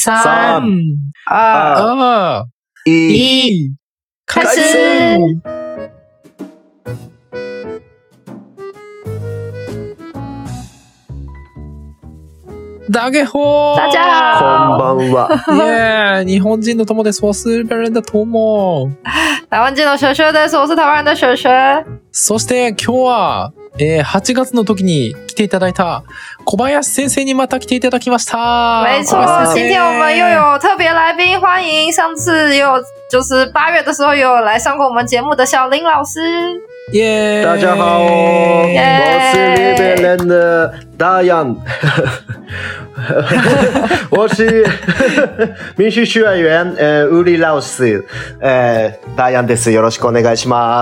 3、2、1、开始。 大家好， 大家好， こんばんは。 耶！日本人の友です。我是日本人的友。 台湾人の雪雪です。我是台湾人的雪雪。 そして今日は、8月の時に来ていただいた小林先生にまた来ていただきました。 没错，今天我们又有特别来宾，欢迎上次有就是8月的时候有来上过我们节目的小林老师。 耶！ 大家好，我是日本人的大洋，我是民主学院ウリ老師大洋です。よろしくお願いします。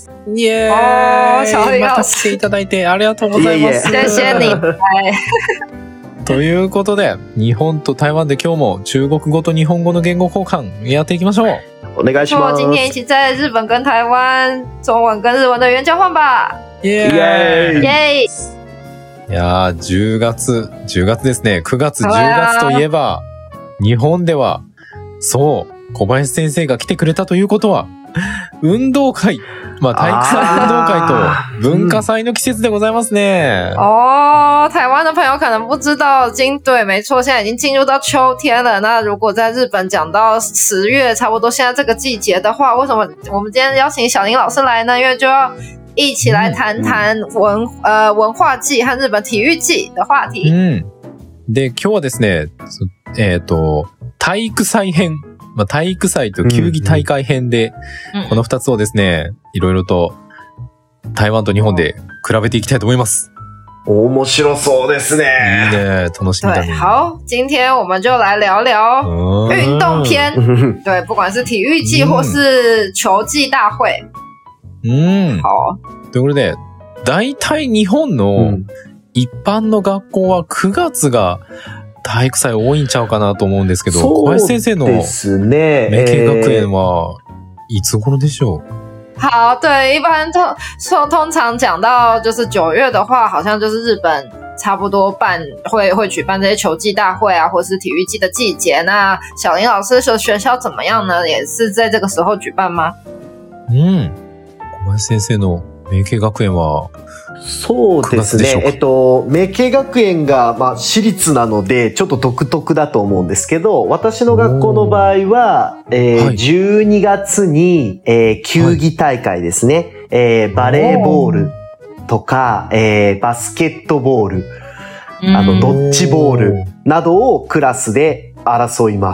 耶！ 小林また老師来ていただいてありがとうございます。 谢谢你。 ということで、日本と台湾で今日も中国語と日本語の言語交換やっていきましょう。 お願いします。 今天一起在日本跟台湾中文跟日文的语言交换吧。 イエーイ。 イエーイ。 いやー、10月ですね。9月、10月といえば、日本では、そう、小林先生が来てくれたということは、運動会、体育祭運動会と文化祭の季節でございますね。 哦，台湾的朋友可能不知道，对，没错，现在已经进入到秋天了。那如果在日本讲到10月，差不多现在这个季节的话，为什么我们今天邀请小林老师来呢？因为就要一起来谈谈文化祭和日本体育祭的话題。 で、今日はですね、体育祭編。体育祭と球技大会編で、この2つをですね、いろいろと台湾と日本で比べていきたいと思います。 面白そうですね。 いいね、楽しみだね。 对，好，今天我们就来聊聊运动篇。对，不管是体育季或是球技大会。好。 ということで、大体日本の一般の学校は9月が体育祭多いんちゃうかなと思うんですけど、小林先生の明慶学園はいつ頃でしょう？ 好，对，一般通常讲到就是9月的话，好像就是日本差不多会举办这些球技大会啊，或是体育季的季节。那小林老师的学校怎么样呢？也是在这个时候举办吗？ 小林先生の明慶学園はそうですね。明慶学園が、私立なので、ちょっと独特だと思うんですけど、私の学校の場合は、12月に、球技大会ですね。バレーボールとか、バスケットボール、ドッジボールなどをクラスで争います。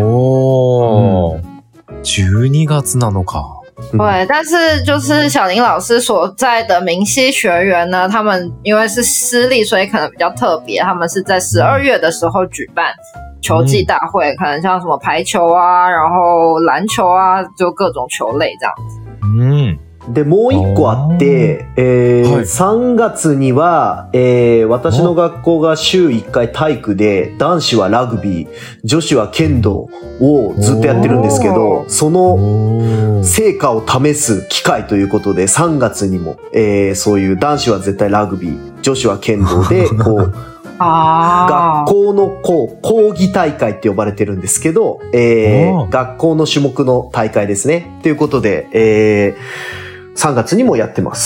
12月なのか。 对，但是就是小林老师所在的明溪学园呢，他们因为是私立，所以可能比较特别，他们是在12月的时候举办球技大会，可能像什么排球啊，然后篮球啊，就各种球类这样子。 で、もう一個あって、3月には、私の学校が週1回体育で、男子はラグビー、女子は剣道をずっとやってるんですけど、その成果を試す機会ということで、3月にも、そういう男子は絶対ラグビー、女子は剣道で、学校の講義大会って呼ばれてるんですけど、学校の種目の大会ですね。ということで、3月にもやってます。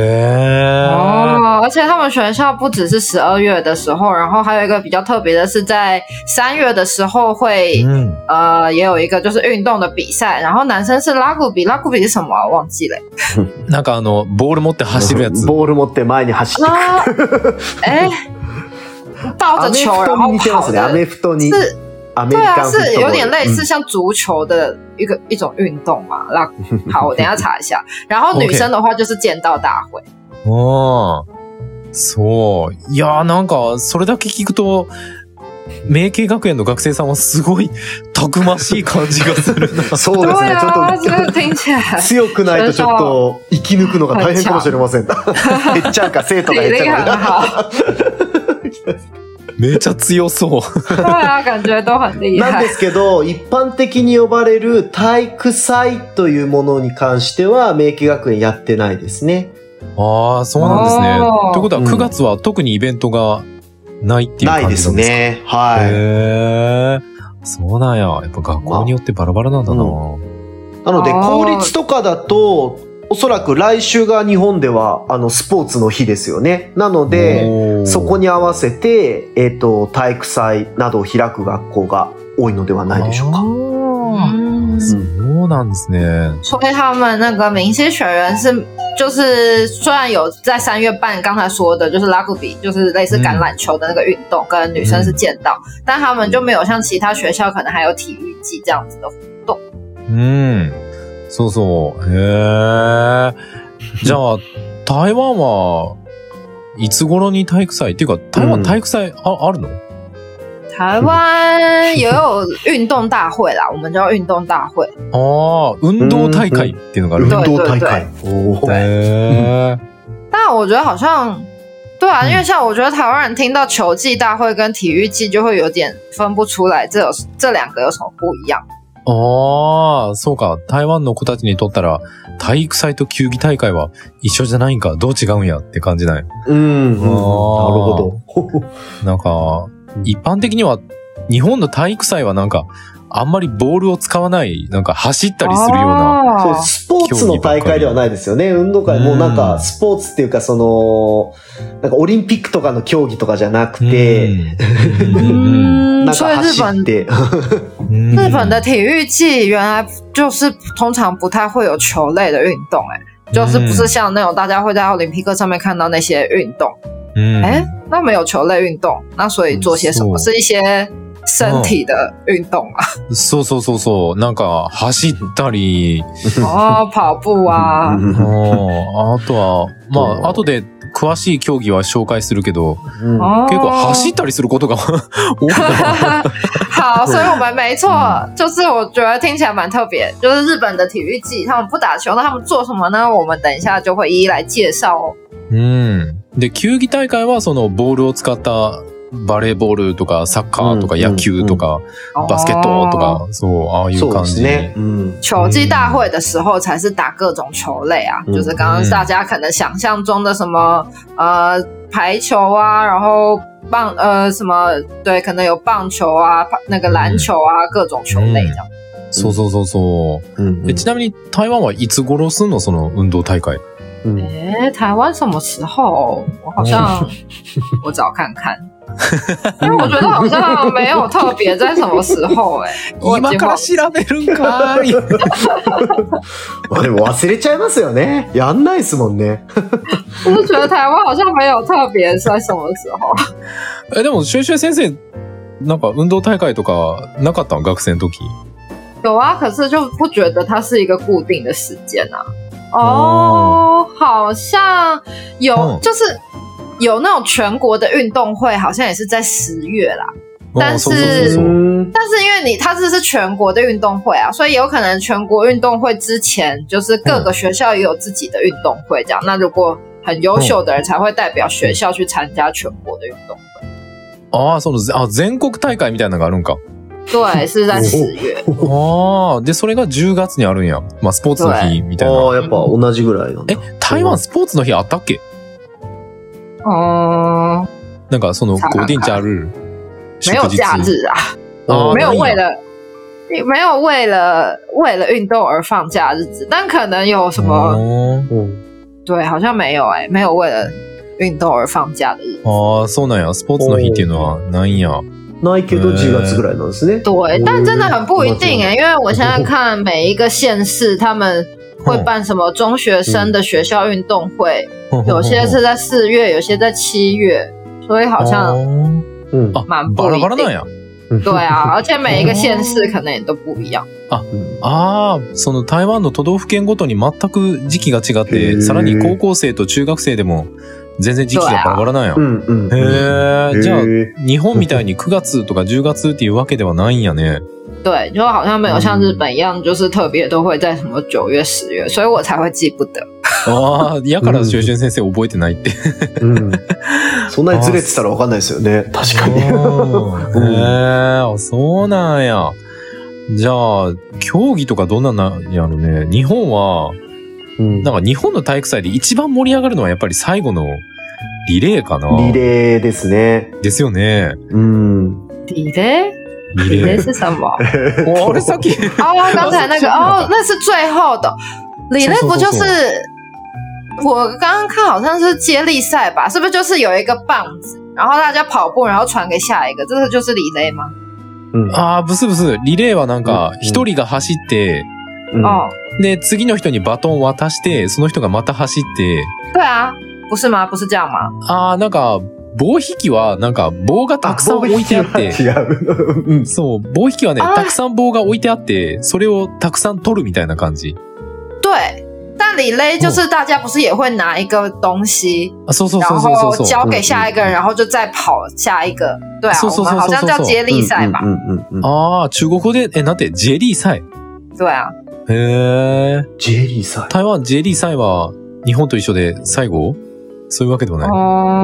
而且他们学校不只是12月的时候，然后还有一个比较特别的是在3月的时候会也有一个就是运动的比赛，然后男生是ラグビー是什么啊？忘記了。 なんかボール持って走るやつ。 ボール持って前に走ってくる。 抱着球然后跑的。 アメフトに。 对啊，是有点类似像足球的一种运动嘛。好，我等一下查一下。然后女生的话就是剑道大会。 そう。いやーなんかそれだけ聞くと明慶学園の学生さんはすごいたくましい感じがするな。 そうですね。ちょっと強くないとちょっと生き抜くのが大変かもしれません。減っちゃうか生徒が減っちゃうか。 めちゃ強そう。 对啊，感觉都很厉害。 なんですけど、一般的に呼ばれる体育祭というものに関しては、明慶学園やってないですね。 ああ、そうなんですね。ということは9月は特にイベントがないっていう感じなんですか？ ないですね。はい。 そうなんや。やっぱ学校によってバラバラなんだな。 なので、公立とかだと、おそらく来週が日本では、スポーツの日ですよね。なので、そこに合わせて、体育祭などを開く学校が多いのではないでしょうか。 そうなんですね。 所以他们那个明星学院就是虽然有在3月办刚才说的就是 rugby 就是类似橄榄球的那个运动，跟女生是剑道，但他们就没有像其他学校可能还有体育季这样子的活动。 そうそう。へえ。じゃあ、台湾はいつ頃に体育祭っていうか、台湾体育祭あるの？ 台湾也有运动大会啦，我们叫运動大会。 運動大会っていうのがある。 運動大会。 但我觉得好像，对啊，因为像我觉得台湾人听到球技大会跟体育季就会有点分不出来，这两个有什么不一样？ そうか。台湾の子たちにとったら、体育祭と球技大会は一緒じゃないんか、どう違うんやって感じない。 なるほど。 なんか、一般的には、日本の体育祭はなんか、あんまりボールを使わない、なんか走ったりするような。 そう、スポーツの大会ではないですよね。運動会もなんか、スポーツっていうかなんかオリンピックとかの競技とかじゃなくて、なんか走って。 日本的体育季原来就是通常不太会有球类的运动，就是不是像那种大家会在奥林匹克上面看到那些运动。那没有球类运动，那所以做些什么？是一些身体的运动啊。 そうそうそうそう。なんか走ったり。 跑步啊。 あとは、まあ、後で詳しい競技は紹介するけど、結構走ったりすることが多い。 好，所以我们没错，就是我觉得听起来蛮特別，就是日本的体育季，他们不打球，那他们做什么呢？我们等一下就会一一来介紹哦。 で、球技大会はそのボールを使ったバレーボールとかサッカーとか野球とかバスケットとか、そう、ああいう感じ。 球技大会的时候才是打各种球类啊，就是刚刚大家可能想象中的什么排球啊，然后什么对，可能有棒球啊、那个篮球啊，各种球类这样。 そうそうそうそう。ちなみに台湾はいつ頃すんのその運動大会？ 台湾什么时候？我好像我找看看。因为我觉得好像没有特别在什么時候今から調べるんかい。 まあでも忘れちゃいますよね。やんないですもんね。 我就觉得台湾好像没有特别在什么時候。 でもシュエシュエ先生なんか運動大会とかなかったの？学生の時。 有啊，可是就不觉得它是一个固定的时间啊。好像有，就是有那种全国的运动会，好像也是在10月啦。但是因为它这是全国的运动会啊，所以有可能全国运动会之前，就是各个学校也有自己的运动会这样。那如果很優秀的人才会代表学校去参加全国的运动会。 全国大会みたいなのがあるんか。 对，是在10月。 で、それが10月にあるんや。まあ、スポーツの日みたいな。 やっぱ同じぐらいなんだ。 台湾スポーツの日あったっけ？なんかその固定假日。 没有假日啊。没有为了运动而放假日子，但可能有什么？对，好像没有没有为了运动而放假的日子。 そうなんや。スポーツの日っていうのはないんや。 ないけど10月ぐらいなんですね。 对，但真的很不一定因为我现在看每一个县市他们会办什么中学生的学校运动会，有些是在4月，有些在7月，所以好像蛮不一定。 バラバラなんや。 对啊，而且每一个县市可能也都不一样。 その台湾の都道府県ごとに全く時期が違って、さらに高校生と中学生でも全然時期がバラバラなんや。じゃあ日本みたいに9月とか10月っていうわけではないんやね。 对，就好像没有像日本一样，就是特别都会在什么9月、10月，所以我才会記不得。 やからシュエシュエ先生覚えてないって。 そんなにずれてたらわかんないですよね。確かに。 そうなんや。じゃあ競技とかどんなんやろね。日本はなんか日本の体育祭で一番盛り上がるのはやっぱり最後のリレーかな。 リレーですね。 ですよね。 リレー？ リレー。 是什么？ あれさっき。 哦，刚才那个哦，那是最后的。里内不就是我刚刚看好像是接力赛吧？是不是就是有一个棒子，然后大家跑步，然后传给下一个，这个就是リレー吗？ ああ、不是不是。リレーはなんか、一人が走って、 哦， で、次の人にバトンを渡して、その人がまた走って、 对啊，不是吗？不是这样吗？ ああ、なんか、棒引きは、なんか、棒がたくさん置いてあって、 違う。 そう、棒引きはね、たくさん棒が置いてあって、それをたくさん取るみたいな感じ。 对，但里勒就是大家不是也会拿一个东西， そうそう然そうそうそう。 后交给下一个人，然后就再跑下一个。对啊，我们好像叫接力赛吧？ ああ、中国語で、なんて、ジェリー賽。 对啊。 へえ。 ジェリー祭。 台湾ジェリー祭は日本と一緒で最後？そういうわけでもない。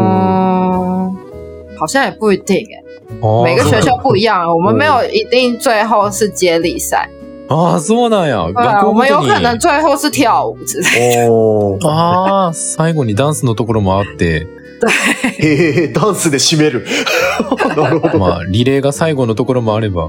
好像也不一定每个学校不一样，我们没有一定最后是接力赛。 ああ、そうなんや。 对啊，我们有可能最後是跳舞之类的。 ああ、最後にダンスのところもあって。 对。ダンスで締める。なるほど。 まあ、リレーが最後のところもあれば。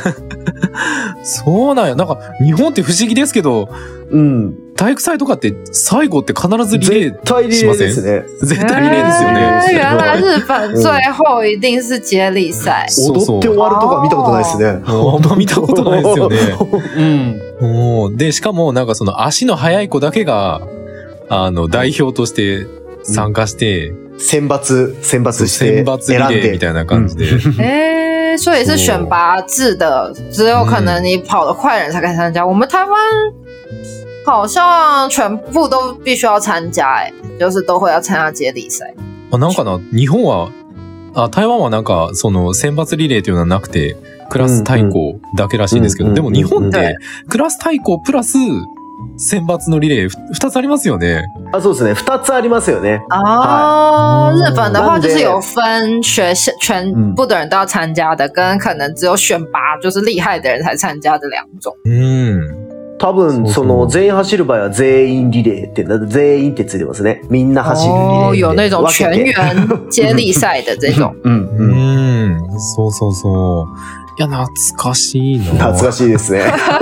そうなんや。なんか、日本って不思議ですけど、体育祭とかって最後って必ずリレーしません？絶対リレーですよね。 原来日本最後一定是接力賽。 踊って終わるとか見たことないですね。 あんま見たことないですよね。で、しかもなんかその足の速い子だけが、代表として参加して、 選抜して、 選抜リレーみたいな感じで。 所以是选拔制的，只有可能你跑得快的人才可以参加。我们台湾好像全部都必须要参加，就是都会要参加接力赛。 なんかな、日本は、台湾はなんか、その選抜リレーというのはなくて、クラス対抗だけらしいんですけど、でも日本ってクラス対抗プラス選抜のリレー2つありますよね。 そうですね。2つありますよね。 日本的话就是有分全部的人都要参加的，跟可能只有選拔就是厉害的人才参加的两种。 多分、その、全員走る場合は全員リレーって、全員ってついてますね。みんな走るリレー。 有那种全员接力赛的这种。 そうそうそう。いや、懐かしいな。 懐かしいですね。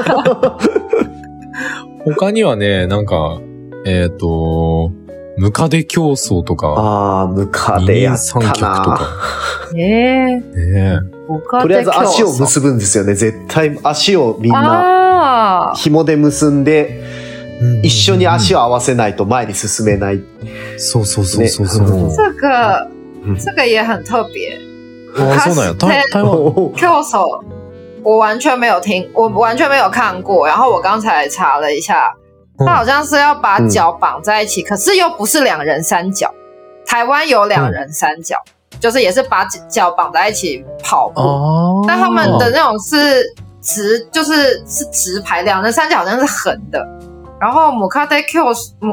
他にはね、なんか、ムカデ競争とか。 ムカデやったな。 二人三脚とか。 とりあえず足を結ぶんですよね。絶対足をみんな紐で結んで、一緒に足を合わせないと前に進めない。 そうそうそうそう。 这个也很特别。 そうなんや。台湾競争。我完全没有我完全没有看过。然后我刚才查了一下，他好像是要把脚绑在一起，可是又不是2人3脚。台湾有2人3脚，就是也是把脚绑在一起跑步，但他们的那种是直，就是直排，2人3脚好像是横的。然后ムカデ競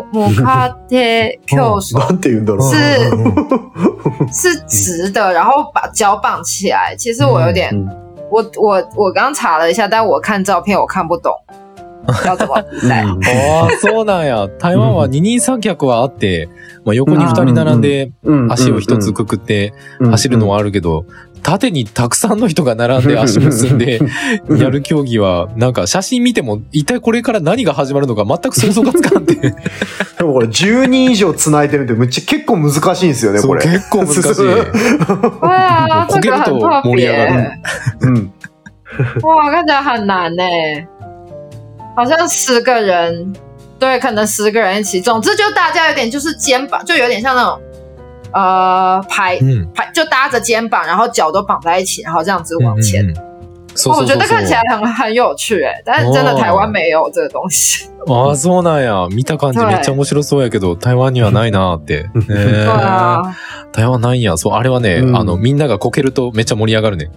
争なんて言うんだろう。 是直的，然后把脚绑起来。其实我有点。我刚查了一下，但我看照片我看不懂要怎么比赛。 そうなんや。台湾は二人三脚はあって、横に2人並んで足を1つくくって走るのはあるけど、縦にたくさんの人が並んで足結んでやる競技は、なんか写真見ても一体これから何が始まるのか全く想像がつかんで。でもこれ10人以上繋いでるって結構難しいんですよね、これ。 結構難しい。 こけると盛り上がる。哇，看起来很难耶，好像10个人，对，可能10个人一起。总之就大家有点就是肩膀，就有点像那种排就搭着肩膀，然后脚都绑在一起，然后这样子往前。我觉得看起来很有趣诶，但是真的台湾没有这个东西。 そうなんや。見た感じめっちゃ面白そうやけど、台湾にはないなーって。台湾ないんや。そう、あれはね、みんながこけるとめっちゃ盛り上がるね。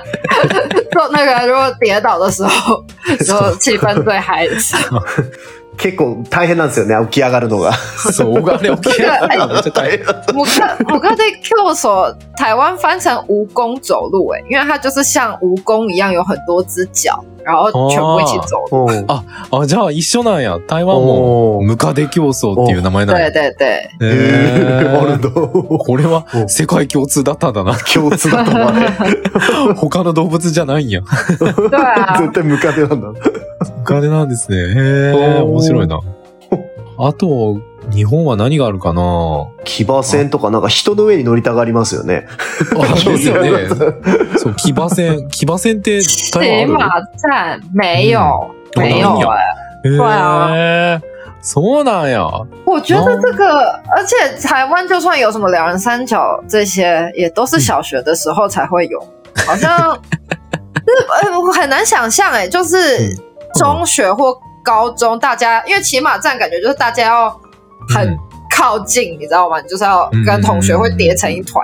那个如果跌倒的时候，就气氛最嗨的时候。 結構大変なんですよね、起き上がるのが。 そう、あれ起き上がるのめっちゃ大変。 ムカデ Q 所台湾翻成蜈蚣走路，因为它就是像蜈蚣一样有很多只脚，然后全部一起走路。 あ、じゃあ一緒なんや。台湾もムカデ競争っていう名前なんや。 对对对。 あるの。 これは世界共通だったんだな。 共通だったわね。 他の動物じゃないんや。 对啊。 絶対ムカデなんだ。 ムカデなんですね。へえ、面白いな。あと、日本は何があるかな。 騎馬戦とかなんか人の上に乗りたがりますよね。 あ、ですよね。そう、騎馬戦って台湾ある？ 騎馬战没有，没有对啊。そうなんや。 我觉得这个，而且台湾就算有什么两人三脚这些，也都是小学的时候才会有，好像我很难想象哎，就是中学或高中大家，因为骑马战感觉就是大家要很靠近，你知道吗？你就是要跟同学会叠成一团。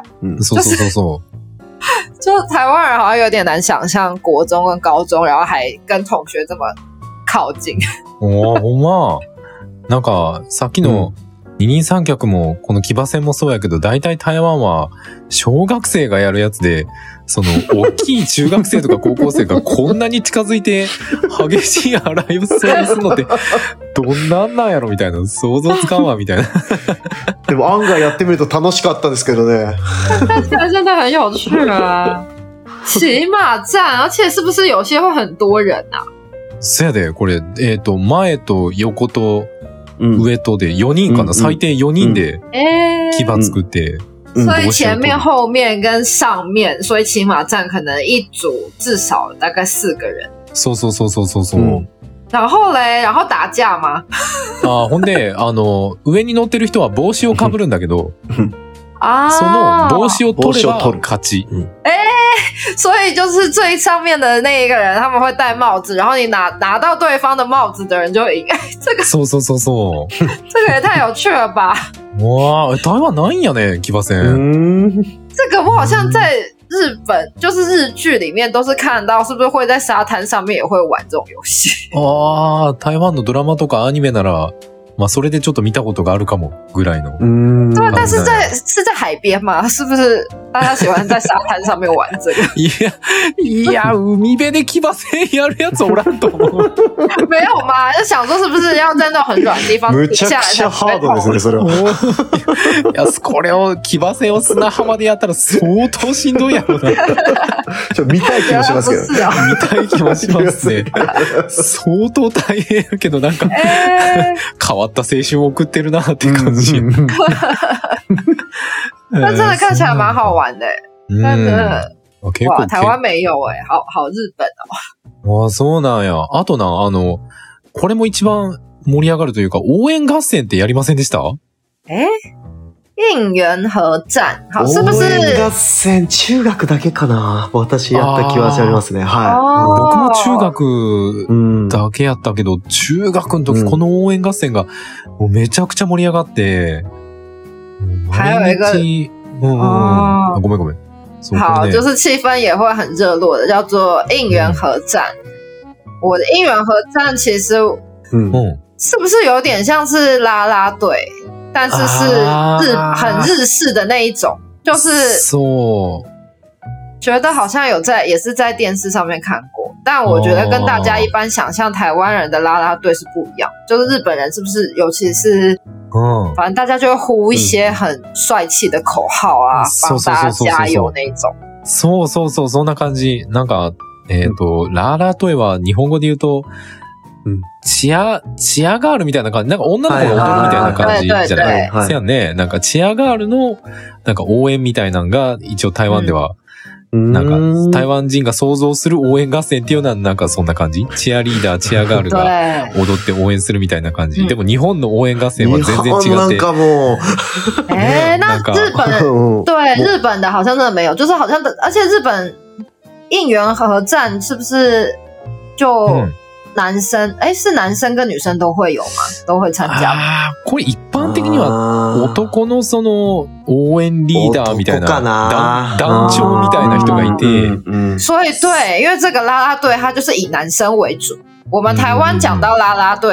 就台湾人好像有点难想象国中跟高中，然后还跟同学这么靠近。 おー、ほんま。なんか、さっきの二人三脚も、この騎馬戦もそうやけど、大体台湾は小学生がやるやつで、その、大きい中学生とか高校生がこんなに近づいて、激しい争いをするのって、どんなんなんやろみたいな、想像つかんわ、みたいな。 でも案外やってみると楽しかったですけどね。 看起来真的很有趣啊！骑马战，而且是不是有些会很多人啊？ そやで、これ、前と横と上とで4人かな、最低4人で騎馬作って。 所以前面、后面跟上面，所以骑马战可能一组至少大概4个人。 そうそうそうそうそうそう。 然后嘞，然後打架吗？ ほんで、上に乗ってる人は帽子を被るんだけど、その帽子を取れば勝ち。 所以就是最上面的那一个人，他们会戴帽子，然后你拿到对方的帽子的人就赢。这个そうそうそうそう。 这个也太有趣了吧！ 哇，台湾ないんやね、騎馬戦。 这个我好像在日本，就是日剧里面都是看到，是不是会在沙滩上面也会玩这种游戏？ 台湾のドラマとかアニメなら、まあそれでちょっと見たことがあるかもぐらいの。 对，但是在海边嘛，是不是大家喜欢在沙滩上面玩这个？ いや、海辺で騎馬戦やるやつおらんと思う。 没有嘛，就想说是不是要在那种很软的地方停下来才不会痛？ それは。 いや、これを騎馬戦を砂浜でやったら相当しんどいやろな。 見たい気もしますけど。 見たい気もしますね。相当大変やけどなんか、変わった青春を送ってるなって感じ。 那真的看起来蛮好玩的，但真的哇，台湾没有好日本哦。そうなんや。あとな、これも一番盛り上がるというか、応援合戦ってやりませんでした？ 应援合战，好，是不是？ 応援合戦、中学だけかな。私やった気はしますね。はい。 僕も中学だけやったけど、中学の時この応援合戦がもうめちゃくちゃ盛り上がって、毎日、ごめん。 好，就是气氛也会很热络的，叫做应援合战。我的应援合战其实，是不是有点像是啦啦队？但是是很日式的那一种，就是觉得好像也是在电视上面看过，但我觉得跟大家一般想象台湾人的啦啦队是不一样，就是日本人是不是尤其是反正大家就会呼一些很帅气的口号啊，帮大家加油那一种。 そうそうそう、そんな感じ。なんかララ隊は日本語で言うとチアガールみたいな感じ。なんか女の子が踊るみたいな感じじゃない？せやね。なんかチアガールのなんか応援みたいなのが一応台湾では、なんか台湾人が想像する応援合戦っていうのはなんかそんな感じ？チアリーダー、チアガールが踊って応援するみたいな感じ。でも日本の応援合戦は全然違って。 なんかもう。 那日本对日本的好像真的没有，就是好像而且日本应援合战是不是就？男生是男生跟女生都会有吗？都会参加吗？ これ一般的には男のその応援リーダーみたいな団長みたいな人がいて， 所以对，因为这个啦啦队它就是以男生为主。我们台湾讲到啦啦队，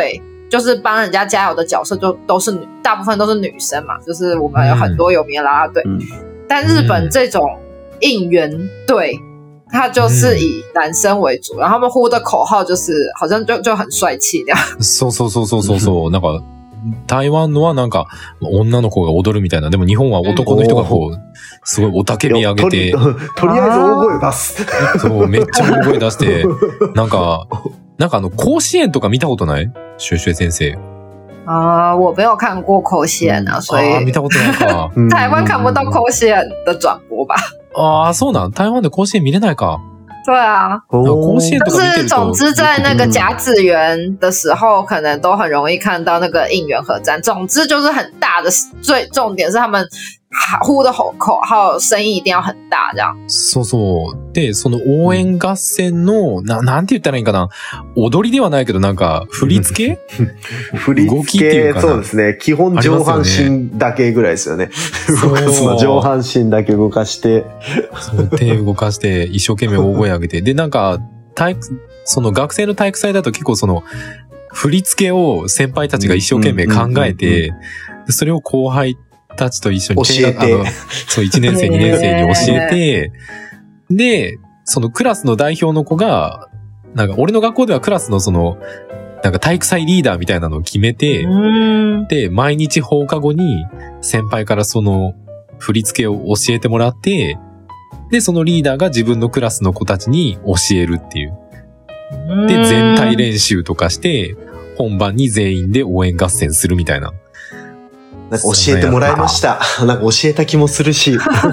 就是帮人家加油的角色就都是大部分都是女生嘛，就是我们有很多有名的啦啦队，但日本这种应援队他就是以男生为主，然后他们呼的口号就是好像就很帅气这样。 そうそうそうそうそうそう。なんか、台湾のはなんか、女の子が踊るみたいな。でも日本は男の人がこう、すごいおたけび上げて。 とりあえず大声出す。 そう、めっちゃ大声出して、なんか甲子園とか見たことないシュシュ先生。 我没有看过甲子園啊，所以見たことないか。 台湾看不到甲子園的转播吧？ そうなん。台湾で甲子園見れないか。 对啊， 甲子園とか見てると。 就是总之在那个甲子園的时候，可能都很容易看到那个应援合战。总之就是很大的，最重点是他们呼的口号声音一定要很大，这样。 そうそう。で、その応援合戦の、なんて言ったらいいかな。踊りではないけど、なんか、振り付け振り付け、そうですね。基本上半身だけぐらいですよね。動かすの上半身だけ動かして。 そう、手動かして、一生懸命大声上げて。で、なんか、その学生の体育祭だと結構その、振り付けを先輩たちが一生懸命考えて、それを後輩たちと一緒に教えて、 そう、1年生、2年生に教えて、で、そのクラスの代表の子が、なんか俺の学校ではクラスのその、なんか体育祭リーダーみたいなのを決めて、で、毎日放課後に先輩からその振り付けを教えてもらって、で、そのリーダーが自分のクラスの子たちに教えるっていう。で、全体練習とかして、本番に全員で応援合戦するみたいな。 なんか教えてもらいました。なんか教えた気もするし。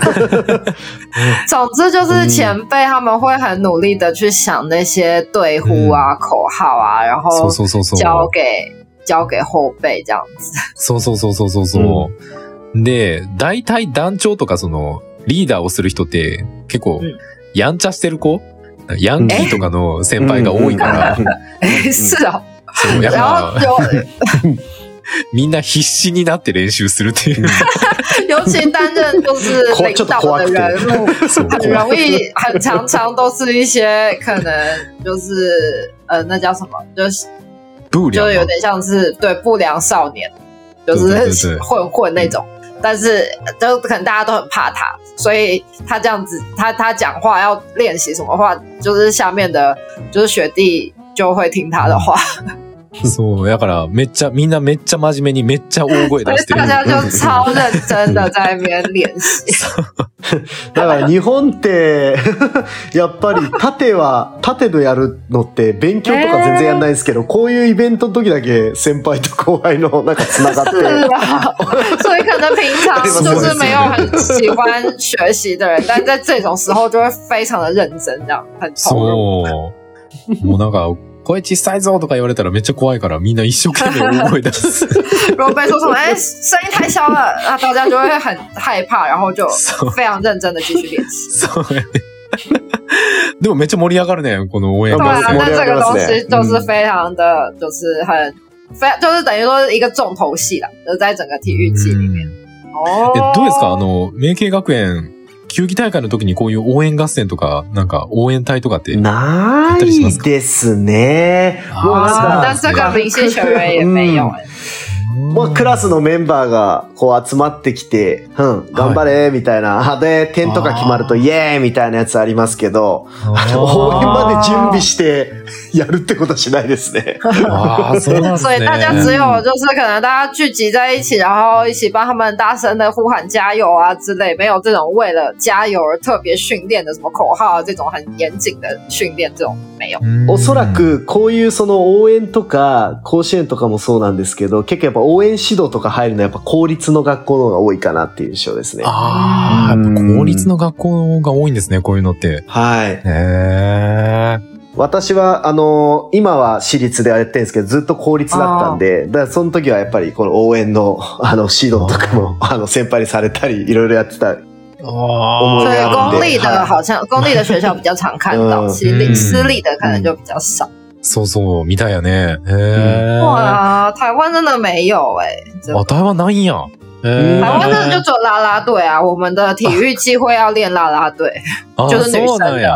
总之就是前辈他们会很努力的去想那些对呼啊、口号啊，然后交给後輩这样子。 そうそうそうそうそうそう。で、大体団長とかそのリーダーをする人って結構やんちゃしてる子、ヤンキーとかの先輩が多いから。 是哦。 そうやからみんな必死になって練習するっていう。 尤其担任就是领导的人物，很容易，很常都是一些可能就是那叫什么，就是有点像是对不良少年，就是混那种。但是就可能大家都很怕他，所以他这样子，他讲话要练习什么话，就是下面的就是学弟就会听他的话。 そう、だからみんなめっちゃ真面目にめっちゃ大声出してる。 大家就超认真的在那边練習。 だから日本ってやっぱり盾でやるのって勉強とか全然やんないですけど、こういうイベントの時だけ先輩と後輩のなんか繋がって。 所以可能平常就是没有很喜欢学习的人，但在这种时候就会非常的认真，这样很投入。 そう。もうなんか声小さいぞとか言われたらめっちゃ怖いからみんな一生懸命大声出す。 如果被说什么声音太小了，那大家就会很害怕，然后就非常認真的继續練習。 そうやね。でもめっちゃ盛り上がるね、この応援。 对啊，那这个东西就是非常的，就是就是等于说一个重头戏啦，就是在整个体育季里面。 どうですか明慶学園球技大会の時にこういう応援合戦とか、なんか応援隊とかってないですね。 もうなんか这个明星学園也没有。 もうクラスのメンバーがこう集まってきて、頑張れみたいな。で、点とか決まるとイエーイみたいなやつありますけど、応援まで準備してやるってことはしないですね。 そうなんですね。 所以大家只有就是可能大家聚集在一起，然后一起帮他们大声的呼喊加油啊之类，没有这种为了加油而特別訓練的什么口号啊，这种很严谨的训练，这种没有。 おそらくこういうその応援とか甲子園とかもそうなんですけど、結構やっぱ応援指導とか入るのはやっぱ公立の学校の方が多いかなっていう印象ですね。 やっぱ公立の学校が多いんですね、こういうのって。 はい。私は今は私立でやってるんですけど、ずっと公立だったんで、だからその時はやっぱりこの応援の指導とかも先輩にされたりいろいろやってた。 所以公立的好像公立的学校比较常看到，私立的可能就比较少。 そうそう、みたいやね。 哇，台湾真的没有台湾ないんや。 台湾真的就只有啦啦队啊，我们的体育季会要练啦啦队，就是女生的。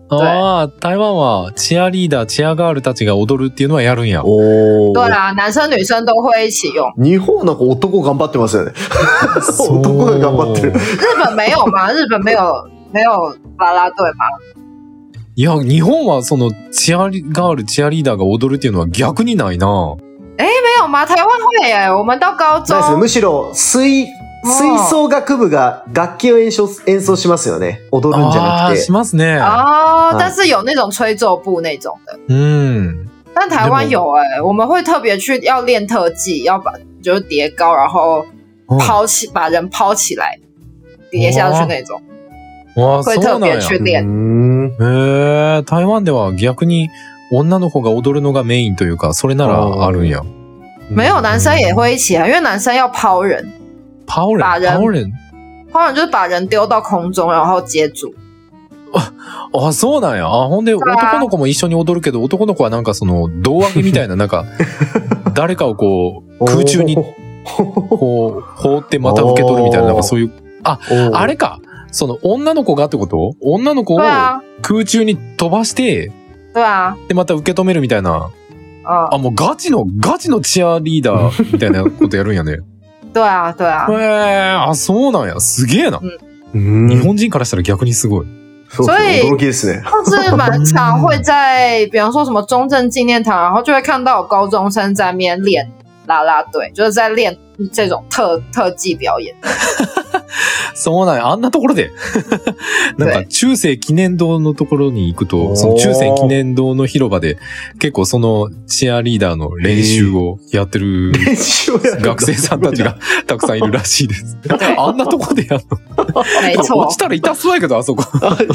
ああ、台湾はチアリーダー、チアガールたちが踊るっていうのはやるんや。 おー。 对啊，男生女生都会一起用。 日本なんか男頑張ってますよね。 そう男が頑張ってる。 日本没有吗？日本没有啦啦队吗？ いや、日本はそのチアガール、チアリーダーが踊るっていうのは逆にないな。 没有吗？台湾会耶，我们到高中ないですね。むしろ吹奏楽部が楽器を演奏しますよね。踊るんじゃなくて。 しますね。 哦，但是有那种吹奏部那种的。 うん。 但台湾有我们会特别去要练特技，要把就是叠高，然后把人抛起来，跌下去那种， わあ、 会特そうなんや。 别去练。 へえ、台湾では逆に女の子が踊るのがメインというか、それならあるんや。 没有，男生也会一起啊，因为男生要抛人， パオレン、 把人パオレン。 抛人就是把人丢到空中，然后接住。 あ、そうなんや。あ、ほんで男の子も一緒に踊るけど、男の子はなんかその胴上げみたいな、なんか誰かをこう空中にこう放ってまた受け取るみたいな、なんかそういう、あれか。その女の子がってこと？女の子を空中に飛ばして、 对啊， でまた受け止めるみたいな。 嗯， もうガチのチアリーダーみたいなことやるんやね。 对啊，对啊。 そうなんや。すげえな。 日日本人からしたら逆にすごい。 そう所以驚きですね。 就是蛮常会在，比方说什么中正纪念堂，然后就会看到有高中生在那边练啦啦队，就是在练这种特技表演。 そうなんや。あんなところで。なんか中世記念堂のところに行くと、その中世記念堂の広場で結構そのチアリーダーの練習をやってる練習をやる学生さんたちがたくさんいるらしいです。あんなとこでやるの。 没错落ちたら痛そうやけど、あそこ。 痛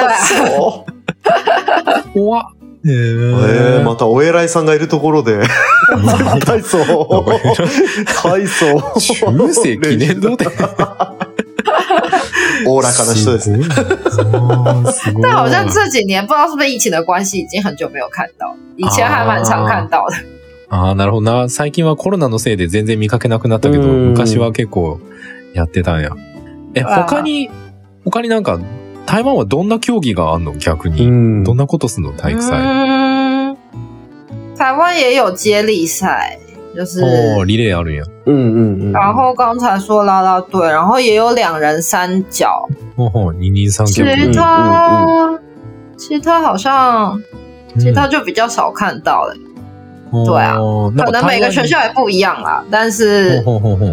そう。 怖っ。 またお偉いさんがいるところで体操中世記念堂でおおらかな人ですね。 但好像这几年不知道是不是疫情的关系，已经很久没有看到，以前还蛮常看到的。 ああ、なるほどな。最近はコロナのせいで全然見かけなくなったけど、昔は結構やってたんや。他になんか、台湾はどんな競技があんの？逆に。どんなことすんの？体育祭。 台湾也有接力赛，就是リレーあるんや。 然后刚才说啦啦队，然后也有2人3脚。 二人三脚。 其他好像其他就比较少看到了。对啊，可能每个学校也不一样啦，但是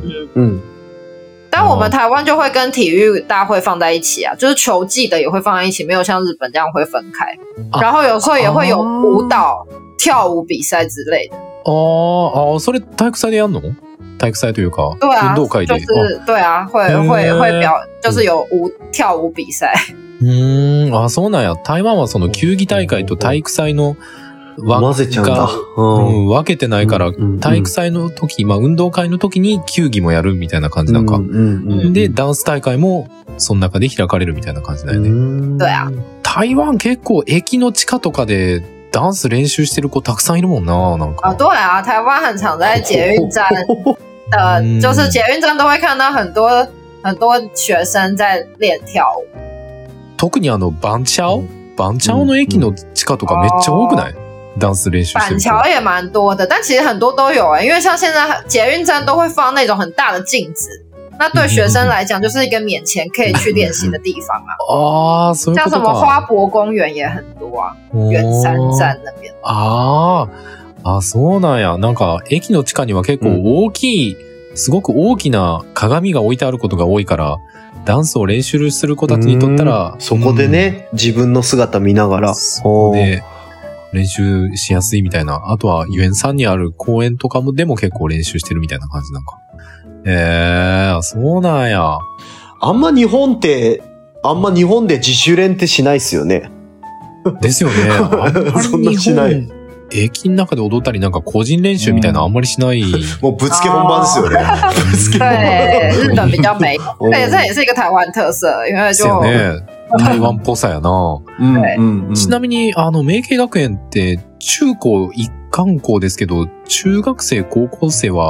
但我们台湾就会跟体育大会放在一起啊，就是球技的也会放在一起，没有像日本这样会分开。然后有时候也会有舞蹈、跳舞比赛之类的。 それ体育祭でやんの？体育祭というか、 对啊， 運動会で。 就是对啊，会就是有跳舞比赛。 そうなんや。台湾はその球技大会と体育祭の混ぜちゃうんだ。 分けてないから、体育祭の時、運動会の時に球技もやるみたいな感じなんか。で、ダンス大会もその中で開かれるみたいな感じだよね。 对啊。 台湾結構駅の地下とかでダンス練習してる子たくさんいるもんな、なんか。 对啊，台湾很常在捷運站就是捷運站都会看到很多学生在练跳舞。 特に板橋の駅の地下とかめっちゃ多くない？ダンス練習してる。 板橋也蛮多的，但其实很多都有因为像现在捷运站都会放那种很大的镜子，那对学生来讲就是一个免钱可以去练习的地方啊。 そういうことか。 像什么花博公園也很多啊，圓山站那边。 そうなんや。なんか駅の地下には結構すごく大きな鏡が置いてあることが多いから。ダンスを練習する子たちにとったら、 そこでね、自分の姿見ながら、 そこで練習しやすいみたいな。あとは、ユエン山にある公園とかもでも結構練習してるみたいな感じなんか。そうなんや。 あんま日本で自主練ってしないっすよね。 ですよね。 そんなしない。 駅の中で踊ったりなんか個人練習みたいなあんまりしない。 もうぶつけ本番ですよね。 对，日本比较没有。这也是一个台湾特色，因为就台湾っぽさやな。ちなみに明慶学園って中高一貫校ですけど、中学生高校生は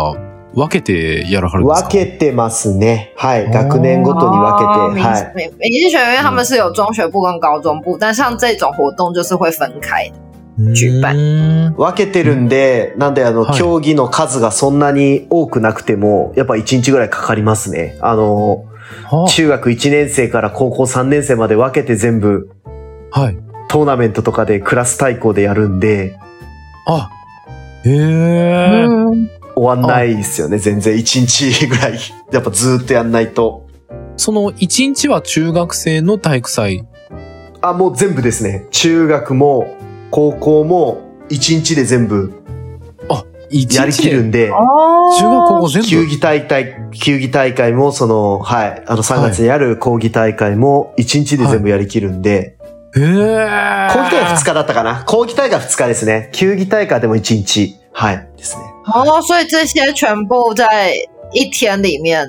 分けてやらはるんですか？ 分けてますね。はい。学年ごとに分けて。はい。 明治学院他们是有中学部跟高中部，但像这种活動就是会分開的舉辦。 分けてるんで、なんで競技の数がそんなに多くなくても、やっぱ1日ぐらいかかりますね。中学1年生から高校3年生まで分けて全部、 はい。 トーナメントとかでクラス対抗でやるんで、 あ、へえ。 終わんないですよね。全然1日ぐらい。やっぱずーっとやんないと。 その1日は中学生の体育祭？ あ、もう全部ですね。中学も高校も1日で全部やりきるんで。 中学高校全部球技大会もはい。3月にある講義大会も1日で全部やりきるんで。 へえ。 講義大会2日だったかな。講義大会2日ですね。球技大会でも1日。はい。ですね。 所以这些全部在一天里面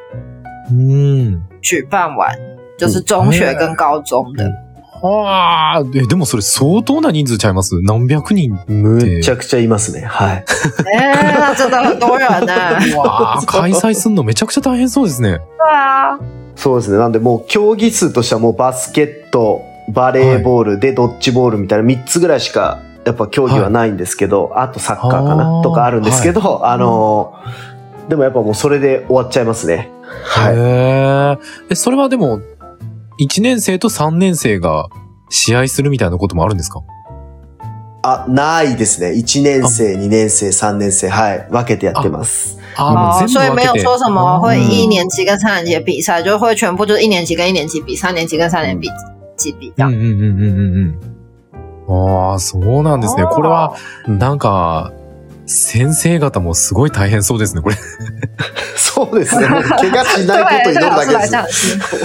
举办完，就是中学跟高中的。 はあ、でもそれ相当な人数ちゃいます？何百人って。 むちゃくちゃいますね。はい。 那真的很多人ね。 わあ、開催するのめちゃくちゃ大変そうですね。 对啊。 そうですね。なんでもう競技数としてはもうバスケット、バレーボールでドッジボールみたいな3つぐらいしかやっぱ競技はないんですけど、あとサッカーかなとかあるんですけど、でもやっぱもうそれで終わっちゃいますね。 はい。それはでも、1年生と3年生が試合するみたいなこともあるんですか？ あ、ないですね。1年生、2年生、3年生、はい。分けてやってます。 所以没有说什么会1年级跟3年级的比赛，就会全部就是1年级跟1年级比，3年級跟3年級比这样。 ああ、そうなんですね。これは、なんか、先生方もすごい大変そうですね、これ。 そうですね。怪我しないこと祈るだけです。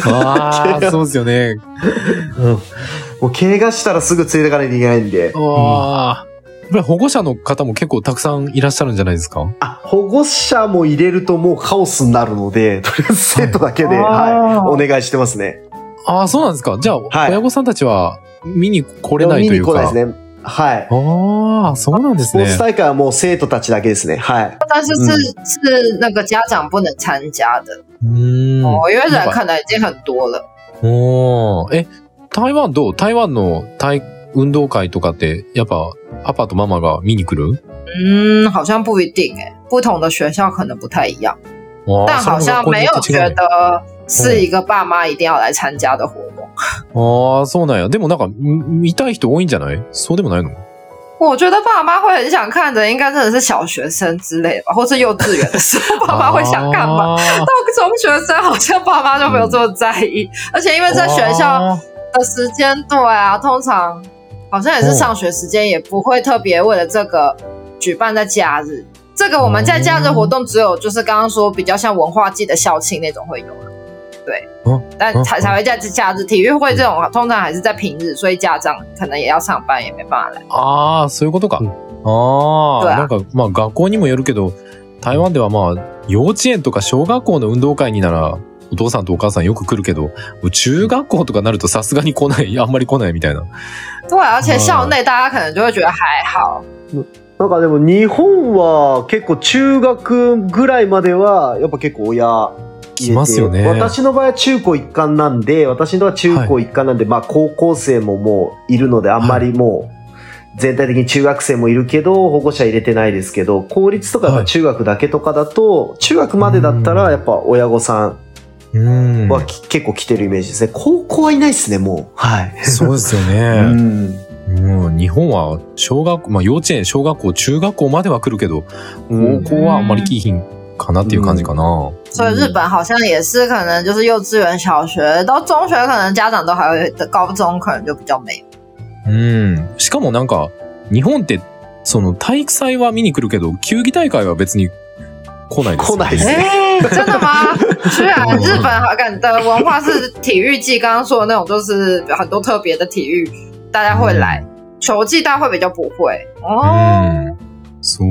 ああ、そうですよね。 もう怪我したらすぐ連れてかないといけないんで。 ああ。これ保護者の方も結構たくさんいらっしゃるんじゃないですか？ あ、保護者も入れるともうカオスになるので、とりあえず生徒だけで、はい、お願いしてますね。 ああ、そうなんですか。じゃあ、親御さんたちは見に来れないというか。 見に来ないですね。はい。 ああ、そうなんですね。 スポーツ大会はもう生徒たちだけですね。はい。 但是是那个家長不能参加的。因为人可能已经很多了。 台湾どう？台湾の運動会とかってやっぱパパとママが見に来る？ 好像不一定不同的学校可能不太一样。但好像没有觉得是一个爸妈一定要来参加的活动。 ああ、そうなんや。でもなんか見たい人多いんじゃない？そうでもないの？ 我觉得爸妈会很想看的，应该真的是小学生之类的吧，或是幼稚园的时候，爸妈会想看吧。到中学生好像爸妈就没有这么在意，而且因为在学校的时间，对啊，通常好像也是上学时间，也不会特别为了这个举办在假日。这个我们在假日活动只有就是刚刚说比较像文化祭的校庆那种会有了。对，但才会在假日。体育会这种通常还是在平日，所以家長可能也要上班，也没办法来。 ああ、そういうことか。ああ、なんかまあ学校にもよるけど、台湾ではまあ幼稚園とか小学校の運動会にならお父さんとお母さんよく来るけど、中学校とかなるとさすがに来ない、あんまり来ないみたいな。 对，而且校内大家可能就会觉得还好。 なんかでも日本は結構中学ぐらいまではやっぱ結構親来ますよね。 私の場合は中高一貫なんで、まあ高校生ももういるのであんまりもう全体的に中学生もいるけど保護者入れてないですけど、公立とかやっぱ中学だけとかだと、中学までだったらやっぱ親御さんは結構来てるイメージですね。高校はいないですね、もう。はい。 そうですよね。日本は幼稚園、小学校、中学校までは来るけど、高校はあんまり来ひんかなっていう感じかな。 所以日本好像也是可能就是幼稚園、小学到中学可能家長都还会，高中可能就比较没有。 しかもなんか日本ってその体育祭は見に来るけど、球技大会は別に来ないですよね。 来ないですね。 真的吗？虽然日本的文化是体育季，刚刚说的那种，就是很多特别的体育，大家会来。球技大会比较不会。 そう。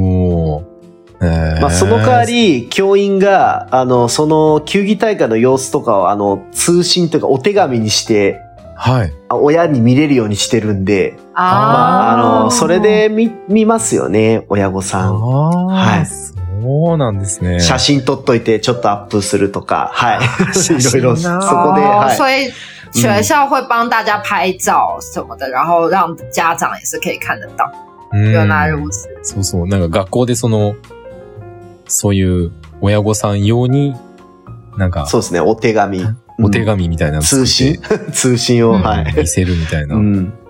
まあその代わり教員がその球技大会の様子とかを通信というかお手紙にして、 はい、 親に見れるようにしてるんで、まあそれで見ますよね、親御さん。 はい。そうそうなんですね。 写真撮っといてちょっとアップするとか、はい。 写真いろいろ、そこで、はい。 所以学校会帮大家拍照什么的，然后让家长也是可以看得到。原来如此。 そうそう。なんか学校でそういう親御さん用に、なんか、 そうですね、お手紙。 お手紙みたいなの通信通信を、はい。 見せるみたいな。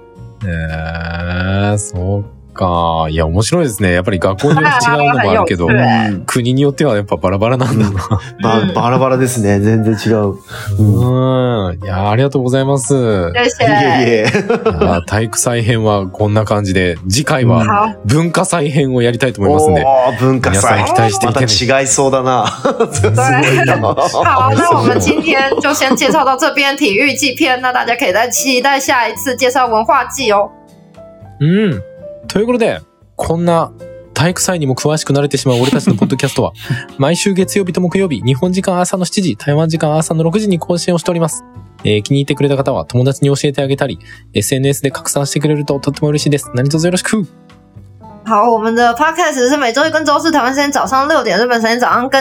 そうか。いや、面白いですね。やっぱり学校によって違うのもあるけど、国によってはやっぱバラバラなんだな。 バラバラですね。全然違う。 いや、ありがとうございます。 谢谢。 いえいえ。 体育祭編はこんな感じで、次回は文化祭編をやりたいと思いますんで。 文化祭。 皆さん期待してみてね。 また違いそうだな。すごいな。 好，那我们今天就先介绍到这边体育季篇，那大家可以再期待下一次介绍文化季哦。 ということで、こんな体育祭にも詳しくなれてしまう俺たちのポッドキャストは、毎週月曜日と木曜日、日本時間朝の7時、台湾時間朝の6時に更新をしております。気に入ってくれた方は友達に教えてあげたり、SNS で拡散してくれるととっても嬉しいです。何卒よろしく。 好，我们的 podcast 是每周一跟周四台湾时间早上6点，日本时间早上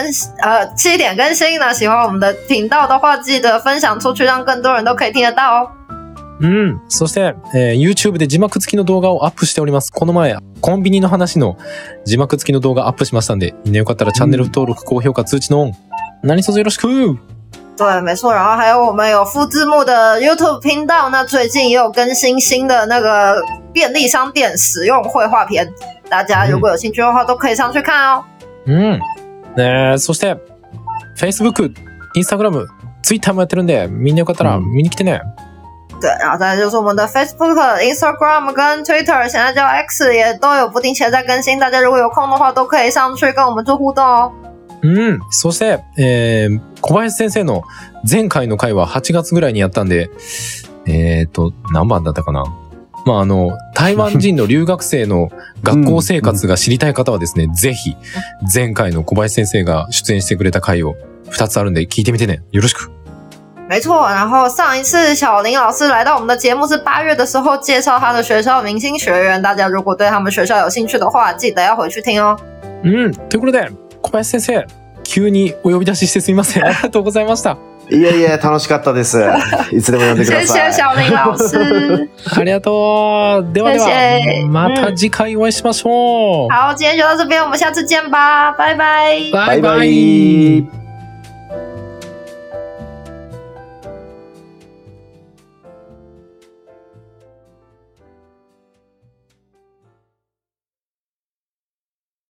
7点更新。那喜欢我们的频道的话，记得分享出去，让更多人都可以听得到哦。 そして、YouTube で字幕付きの動画をアップしております。この前、コンビニの話の字幕付きの動画アップしましたんで、みんなよかったらチャンネル登録、高評価、通知のオン。何卒よろしく。 对，没错。然后还有我们有附字幕的 YouTube 频道，那最近也有更新新的那个便利商店使用绘画篇，大家如果有兴趣的话，都可以上去看哦。 そして、Facebook、Instagram、Twitter もやってるんで、みんなよかったら見に来てね。 对，然后再来就是我们的 Facebook、Instagram 跟 Twitter，现在叫 X 也都有不定期的在更新，大家如果有空的话，都可以上去跟我们做互動哦。 そして、小林先生の前回の回は8月ぐらいにやったんで、何番だったかな。台湾人の留学生の学校生活が知りたい方はですね、ぜひ、前回の小林先生が出演してくれた回を2つあるんで聞いてみてね。よろしく。 没错，然后上一次小林老师来到我们的节目是8月的时候介绍他的学校明星学院，大家如果对他们学校有興趣的話，記得要回去聽哦。 ということで、小林先生、急にお呼び出ししてすみません。ありがとうございました。 いえいえ、楽しかったです。いつでも呼んでください。 謝謝小林老師。 ありがとう。ではでは、また次回お会いしましょう。 好，今天就到这边，我们下次见吧，拜拜。 バイバイ。